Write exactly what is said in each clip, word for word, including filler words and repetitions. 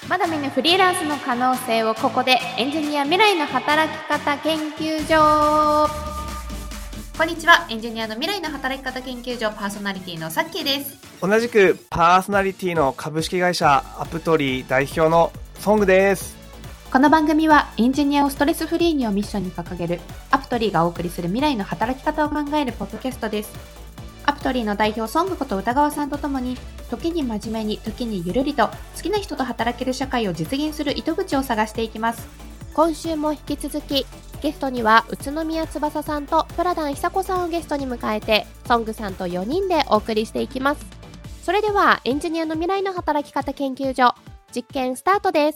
まだ見ぬフリーランスの可能性をここで。エンジニア未来の働き方研究所。こんにちは。エンジニアの未来の働き方研究所パーソナリティのさっきーです。 同じくパーソナリティの株式会社アプトリー代表のソングです。 この番組はエンジニアをストレスフリーにをミッションに掲げるアプトリーがお送りする未来の働き方を考えるポッドキャストです。アプトリーの代表ソングこと歌川さんとともに、時に真面目に時にゆるりと好きな人と働ける社会を実現する糸口を探していきます。今週も引き続きゲストには宇都宮翼さんとプラダン久子さんをゲストに迎えて、ソングさんとよにんでお送りしていきます。それではエンジニアの未来の働き方研究所実験スタートです。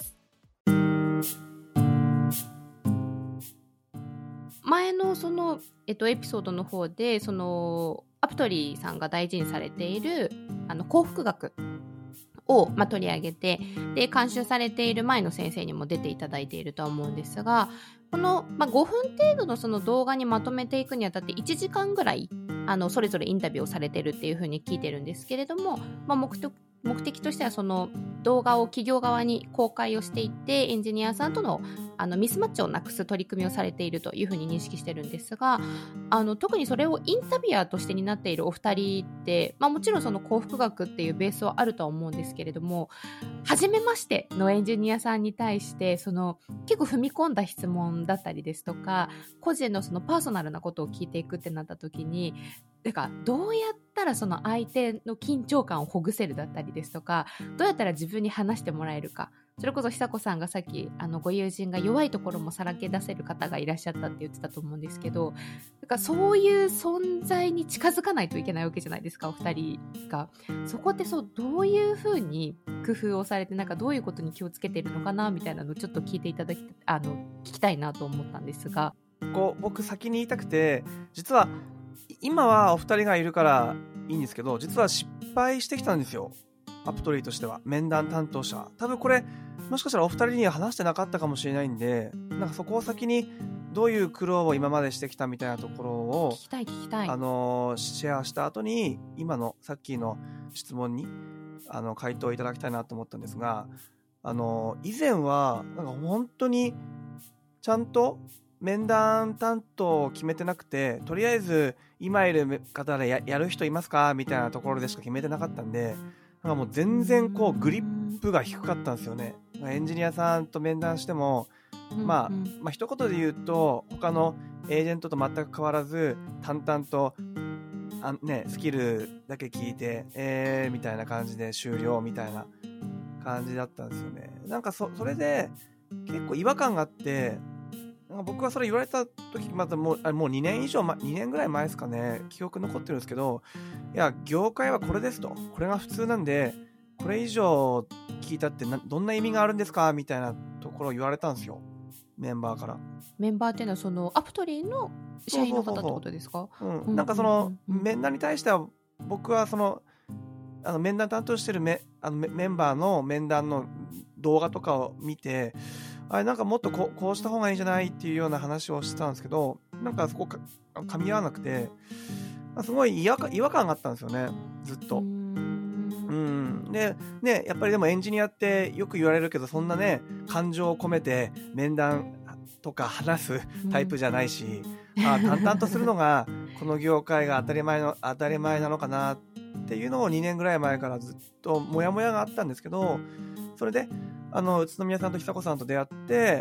前のその、えっと、エピソードの方でそのアプトリーさんが大事にされているあの幸福学を、まあ、取り上げて、で監修されている前の先生にも出ていただいているとは思うんですが、この、まあ、ごふん程度のその動画にまとめていくにあたっていちじかんぐらいあのそれぞれインタビューをされてるっていう風に聞いてるんですけれども、まあ、目的目的としてはその動画を企業側に公開をしていって、エンジニアさんとの、あのミスマッチをなくす取り組みをされているというふうに認識してるんですが、あの特にそれをインタビュアーとして担っているお二人って、まあ、もちろんその幸福学っていうベースはあるとは思うんですけれども、初めましてのエンジニアさんに対してその結構踏み込んだ質問だったりですとか、個人のそのパーソナルなことを聞いていくってなった時に、だからどうやったらその相手の緊張感をほぐせるだったりですとか、どうやったら自分に話してもらえるか、それこそ久子さんがさっきあのご友人が弱いところもさらけ出せる方がいらっしゃったって言ってたと思うんですけど、だからそういう存在に近づかないといけないわけじゃないですか、お二人が。そこってそうどういうふうに工夫をされて、なんかどういうことに気をつけてるのかなみたいなのをちょっと聞いていただきあの聞きたいなと思ったんですが。 こう僕先に言いたくて、実は今はお二人がいるからいいんですけど、実は失敗してきたんですよ、アプトリーとしては。面談担当者、多分これもしかしたらお二人には話してなかったかもしれないんで、なんかそこを先にどういう苦労を今までしてきたみたいなところを聞きたい聞きたい、 あのシェアした後に今のさっきの質問にあの回答いただきたいなと思ったんですが、あの以前はなんか本当にちゃんと面談担当を決めてなくて、とりあえず今いる方で や, やる人いますかみたいなところでしか決めてなかったんで、なんかもう全然こうグリップが低かったんですよね。エンジニアさんと面談しても、まあ、まあ一言で言うと他のエージェントと全く変わらず淡々とあ、ね、スキルだけ聞いてえーみたいな感じで終了みたいな感じだったんですよね。なんか そ, それで結構違和感があって、なんか僕はそれ言われた時またもう、もうにねん以上、ま、にねんぐらい前ですかね、記憶残ってるんですけど、いや業界はこれですと、これが普通なんでこれ以上聞いたってなどんな意味があるんですかみたいなところを言われたんですよ、メンバーから。 メンバーっていうのはそのアプトリーの社員の方ってことですか？ なんかその面談に対しては僕はそのあの面談担当してる メ, あの メ, メンバーの面談の動画とかを見て、あれなんかもっと こ, こうした方がいいんじゃないっていうような話をしてたんですけど、なんかそこか噛み合わなくて、すごい違和感、違和感があったんですよね、ずっと。うんでね、やっぱりでもエンジニアってよく言われるけど、そんなね感情を込めて面談とか話すタイプじゃないし、うん、あ淡々とするのがこの業界が当たり前の当たり前なのかなっていうのをにねんぐらい前からずっとモヤモヤがあったんですけど、それであの宇都宮さんと久子さんと出会って、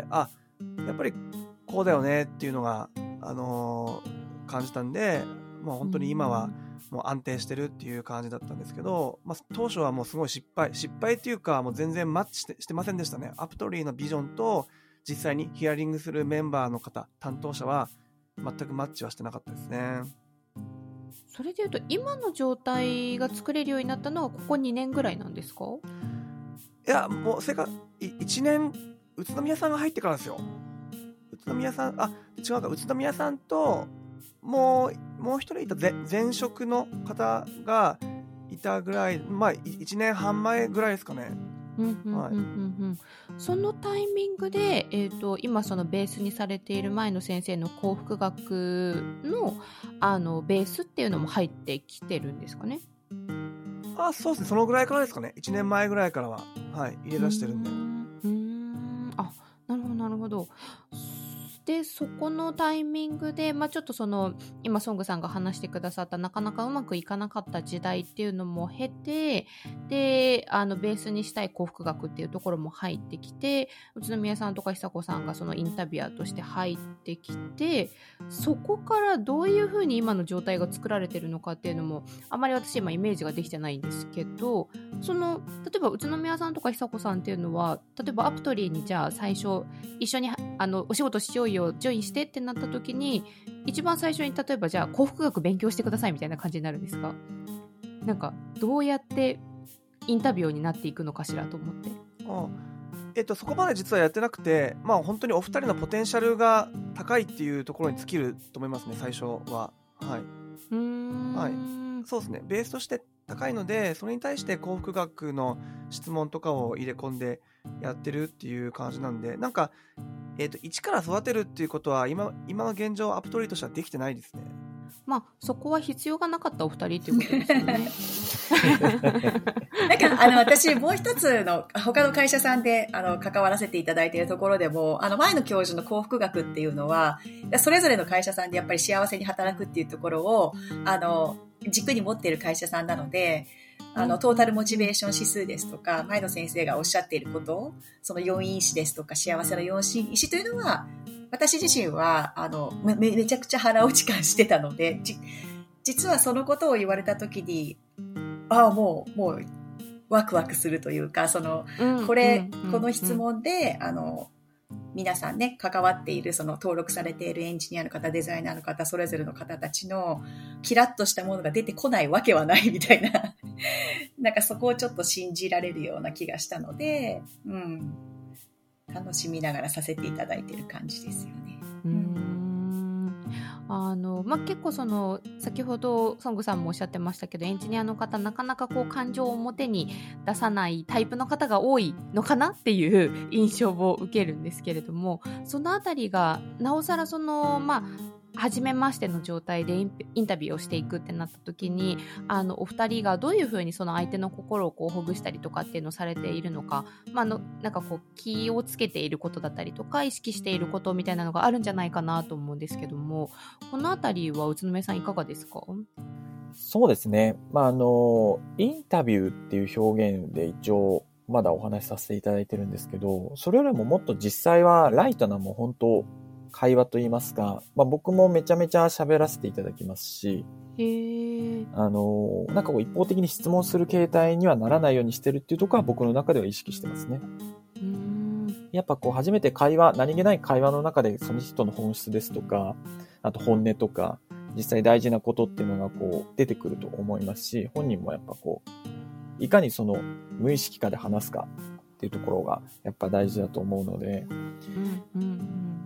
あやっぱりこうだよねっていうのが、あのー、感じたんで、まあ、本当に今はもう安定してるっていう感じだったんですけど、まあ、当初はもうすごい失敗失敗っていうか、もう全然マッチして、してませんでしたね。アプトリーのビジョンと実際にヒアリングするメンバーの方、担当者は全くマッチはしてなかったですね。 それでいうと今の状態が作れるようになったのはここにねんぐらいなんですか？ いやもうそれかいちねん宇都宮さんが入ってからですよ。宇都宮さんあ違うか宇都宮さんともうもう一人いた前職の方がいたぐらい、まあいちねんはん前ぐらいですかね。 そのタイミングで、えーと、今そのベースにされている前の先生の幸福学 の, あのベースっていうのも入ってきてるんですかね？ あそうですね、そのぐらいからですかね。いちねんまえぐらいからは、はい、入れ出してるんで。 ど。でそこのタイミングで、まあ、ちょっとその今ソングさんが話してくださったなかなかうまくいかなかった時代っていうのも経て、であのベースにしたい幸福学っていうところも入ってきて、宇都宮さんとか久子さんがそのインタビュアーとして入ってきて、そこからどういうふうに今の状態が作られてるのかっていうのもあまり私今イメージができてないんですけど、その例えば宇都宮さんとか久子さんっていうのは、例えばアプトリーにじゃあ最初一緒にあのお仕事しようよジョインしてってなった時に、一番最初に例えばじゃあ幸福学勉強してくださいみたいな感じになるんですか？なんかどうやってインタビューになっていくのかしらと思って。 あえっと、そこまで実はやってなくて、まあ、本当にお二人のポテンシャルが高いっていうところに尽きると思いますね、最初は。はい、 うーん、 はい、そうですね。ベースとして高いので、それに対して幸福学の質問とかを入れ込んでやってるっていう感じなんで、なんか、えっと、一から育てるっていうことは今、今の現状アプトリーとしてはできてないですね。 まあそこは必要がなかったお二人っていうことですよね。 なんかあの私もう一つの他の会社さんであの関わらせていただいているところでも、あの前の教授の幸福学っていうのはそれぞれの会社さんでやっぱり幸せに働くっていうところをあの軸に持っている会社さんなので、あのトータルモチベーション指数ですとか、前野先生がおっしゃっていること、そのよん因子ですとか幸せのよん因子というのは私自身はあの め, めちゃくちゃ腹落ち感してたので、実はそのことを言われた時に、ああもうもうワクワクするというか、その、うん、これ、うん、この質問で、うん、あの皆さんね関わっているその登録されているエンジニアの方、デザイナーの方、それぞれの方たちのキラッとしたものが出てこないわけはないみたいななんかそこをちょっと信じられるような気がしたので、うん、楽しみながらさせていただいている感じですよね。 うーん、あのまあ、結構その先ほどソングさんもおっしゃってましたけど、エンジニアの方なかなかこう感情を表に出さないタイプの方が多いのかなっていう印象を受けるんですけれども、そのあたりがなおさらそのまあ初めましての状態でイン、インタビューをしていくってなった時に、あのお二人がどういうふうにその相手の心をこうほぐしたりとかっていうのをされているのか、まあ、あのなんかこう気をつけていることだったりとか意識していることみたいなのがあるんじゃないかなと思うんですけども、このあたりは宇都宮さんいかがですか？ そうですね、まあ、あのインタビューっていう表現で一応まだお話しさせていただいてるんですけど、それよりももっと実際はライトなもう本当会話といいますか、まあ、僕もめちゃめちゃ喋らせていただきますし、 へー、 あのなんかこう一方的に質問する形態にはならないようにしてるっていうところは僕の中では意識してますね。 うーん、 やっぱこう初めて会話、何気ない会話の中でその人の本質ですとか、あと本音とか実際大事なことっていうのがこう出てくると思いますし、本人もやっぱこういかにその無意識化で話すかっていうところがやっぱ大事だと思うので、 うんうんうん、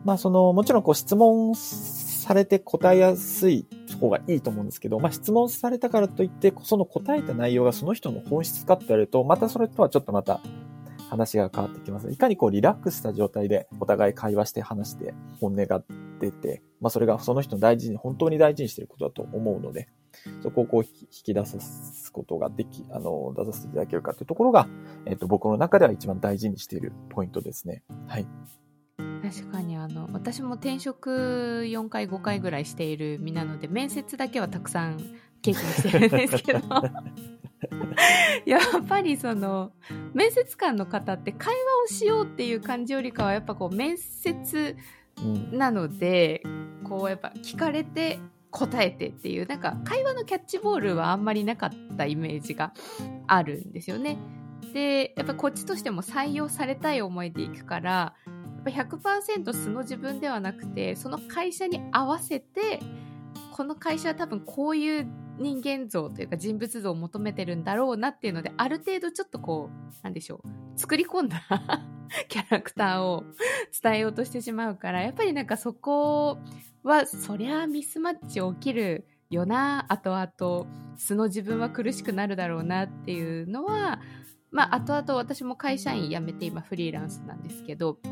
まあそのもちろんこう質問されて答えやすい方がいいと思うんですけど、まあ質問されたからといってその答えた内容がその人の本質かって言われると、またそれとはちょっとまた話が変わってきます。いかにこうリラックスした状態でお互い会話して話して本音が出て、まあそれがその人の大事に本当に大事にしていることだと思うので、そこをこう引き出すことができ、あの出させていただけるかというところが、えっと僕の中では一番大事にしているポイントですね。はい。 確かにあの私も転職よんかいごかいぐらいしている身なので、面接だけはたくさん経験してるんですけどやっぱりその面接官の方って会話をしようっていう感じよりかはやっぱこう面接なので、うん、こうやっぱ聞かれて答えてっていうなんか会話のキャッチボールはあんまりなかったイメージがあるんですよね。でやっぱこっちとしても採用されたい思いでいくから、やっぱ ひゃくパーセント 素の自分ではなくて、その会社に合わせてこの会社は多分こういう人間像というか人物像を求めてるんだろうなっていうので、ある程度ちょっとこうなんでしょう、作り込んだキャラクターを伝えようとしてしまうから、やっぱりなんかそこはそりゃミスマッチ起きるよな、後々素の自分は苦しくなるだろうなっていうのは、まあ後々私も会社員辞めて今フリーランスなんですけど、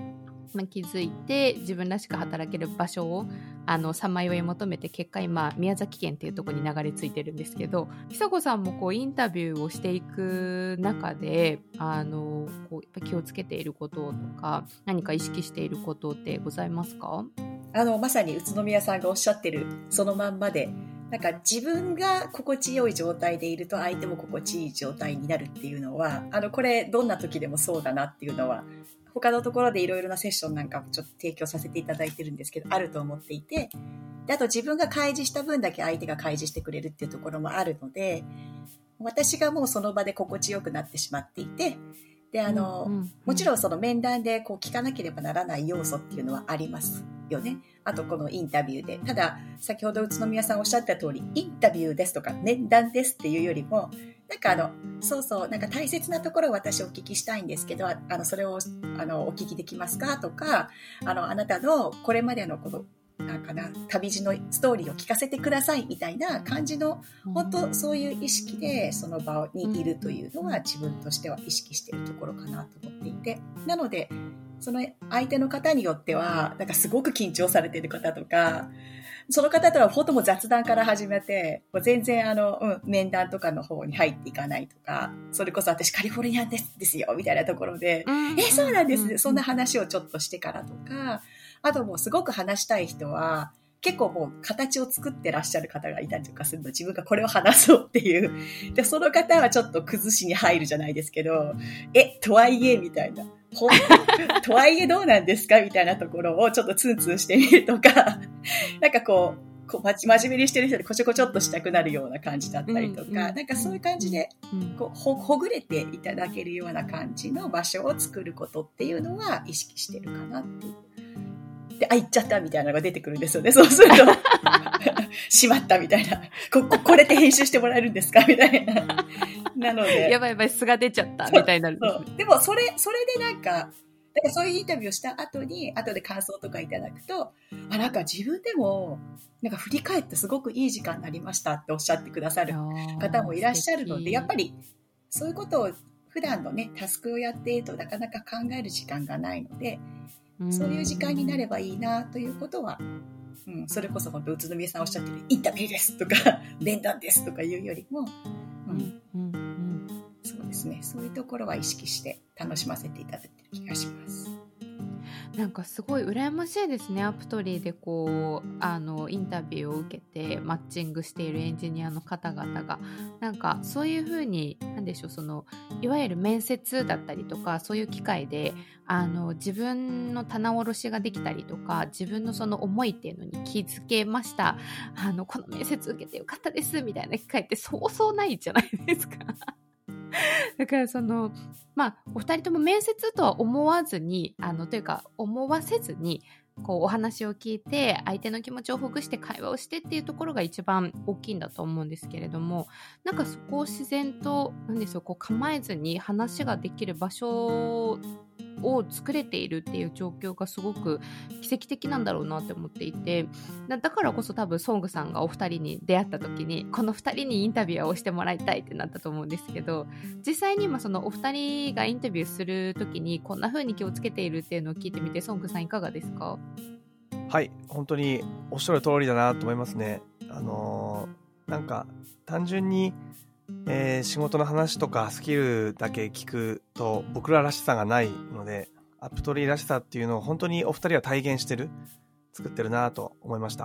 まあ、気づいて自分らしく働ける場所をあのさんまい追い求めて、結果今宮崎県っていうところに流れ着いてるんですけど、久子さんもこうインタビューをしていく中であのこうやっぱ気をつけていることとか何か意識していることってございますか？ あのまさに宇都宮さんがおっしゃってるそのまんまで、なんか自分が心地よい状態でいると相手も心地いい状態になるっていうのは、あのこれどんな時でもそうだなっていうのは他のところでいろいろなセッションなんかもちょっと提供させていただいてるんですけど、あると思っていて、であと自分が開示した分だけ相手が開示してくれるっていうところもあるので、私がもうその場で心地よくなってしまっていて、であの、うんうんうん、もちろんその面談でこう聞かなければならない要素っていうのはありますよね。あとこのインタビューで、ただ先ほど宇都宮さんおっしゃった通り、インタビューですとか面談ですっていうよりも、なんかあのそうそうなんか大切なところを私お聞きしたいんですけど、あのそれをあのお聞きできますかとか、あのあなたのこれまでのこのなんかな旅路のストーリーを聞かせてくださいみたいな感じの、本当そういう意識でその場にいるというのは自分としては意識しているところかなと思っていて、なのでその相手の方によってはなんかすごく緊張されている方とか、その方とは本当も雑談から始めて、もう全然あの、うん、面談とかの方に入っていかないとか、それこそ私カリフォルニアです、ですよみたいなところで、うん、えそうなんです、うん、そんな話をちょっとしてからとか、あともうすごく話したい人は結構もう形を作ってらっしゃる方がいたりとかするの、自分がこれを話そうっていうで、その方はちょっと崩しに入るじゃないですけど、えとはいえみたいな、ほんとはいえどうなんですかみたいなところをちょっとツンツンしてみるとか、なんかこう、こう真面目にしてる人でこちょこちょっとしたくなるような感じだったりとか、うんうん、なんかそういう感じでこう ほ, ほぐれていただけるような感じの場所を作ることっていうのは意識してるかなっていう。で、あ、行っちゃったみたいなのが出てくるんですよね。そうすると、しまったみたいな。こ、こ、これって編集してもらえるんですかみたいな。なので。 やばいやばい、素が出ちゃったみたいになるんです、ね。 そう。でも、それ、それでなんか、だからそういうインタビューをした後に、後で感想とかいただくと、あ、なんか自分でも、なんか振り返ってすごくいい時間になりましたっておっしゃってくださる方もいらっしゃるので、やっぱり、そういうことを普段のね、タスクをやっているとなかなか考える時間がないので、そういう時間になればいいなということは、うん、それこそ本当宇都宮さんおっしゃってるインタビューですとか面談ですとかいうよりも、うんうんうん、そうですね、そういうところは意識して楽しませていただいてる気がします。 なんかすごい羨ましいですね。アプトリーでこうあのインタビューを受けてマッチングしているエンジニアの方々がなんかそういう風に何でしょう、そのいわゆる面接だったりとかそういう機会であの自分の棚卸しができたりとか自分のその思いっていうのに気づけました。あのこの面接受けてよかったですみたいな機会ってそうそうないじゃないですか。だからそのまあお二人とも面接とは思わずにあのというか思わせずにこうお話を聞いて相手の気持ちをほぐして会話をしてっていうところが一番大きいんだと思うんですけれども、なんかそこを自然となんでしょう、こう構えずに話ができる場所を作れているっていう状況がすごく奇跡的なんだろうなって思っていて、 だ, だからこそ多分ソングさんがお二人に出会った時にこの二人にインタビューをしてもらいたいってなったと思うんですけど、実際に今そのお二人がインタビューする時にこんな風に気をつけているっていうのを聞いてみて、ソングさんいかがですか？ はい、本当におっしゃる通りだなと思いますね。あのー、なんか単純にえー、仕事の話とかスキルだけ聞くと僕ららしさがないので、アプトリーらしさっていうのを本当にお二人は体現してる作ってるなと思いました。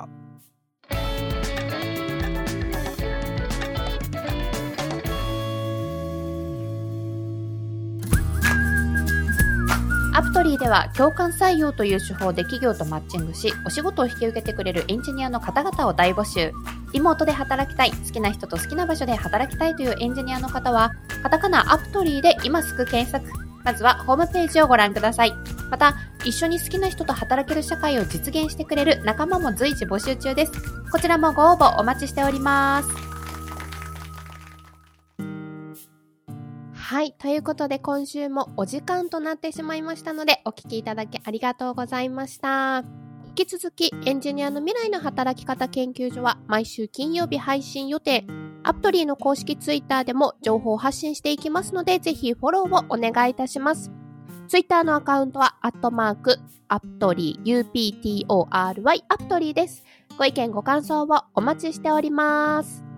アプトリーでは共感採用という手法で企業とマッチングし、お仕事を引き受けてくれるエンジニアの方々を大募集。リモートで働きたい、好きな人と好きな場所で働きたいというエンジニアの方は、カタカナアプトリーで今すぐ検索。まずはホームページをご覧ください。また、一緒に好きな人と働ける社会を実現してくれる仲間も随時募集中です。こちらもご応募お待ちしております。はい。ということで今週もお時間となってしまいましたので、お聞きいただきありがとうございました。引き続きエンジニアの未来の働き方研究所は毎週金曜日配信予定。アプトリーの公式ツイッターでも情報を発信していきますので、ぜひフォローをお願いいたします。 ツイッターのアカウントは、アットマーク、アプトリー、ユーピーティーオーアールワイ、アプトリーです。ご意見ご感想をお待ちしております。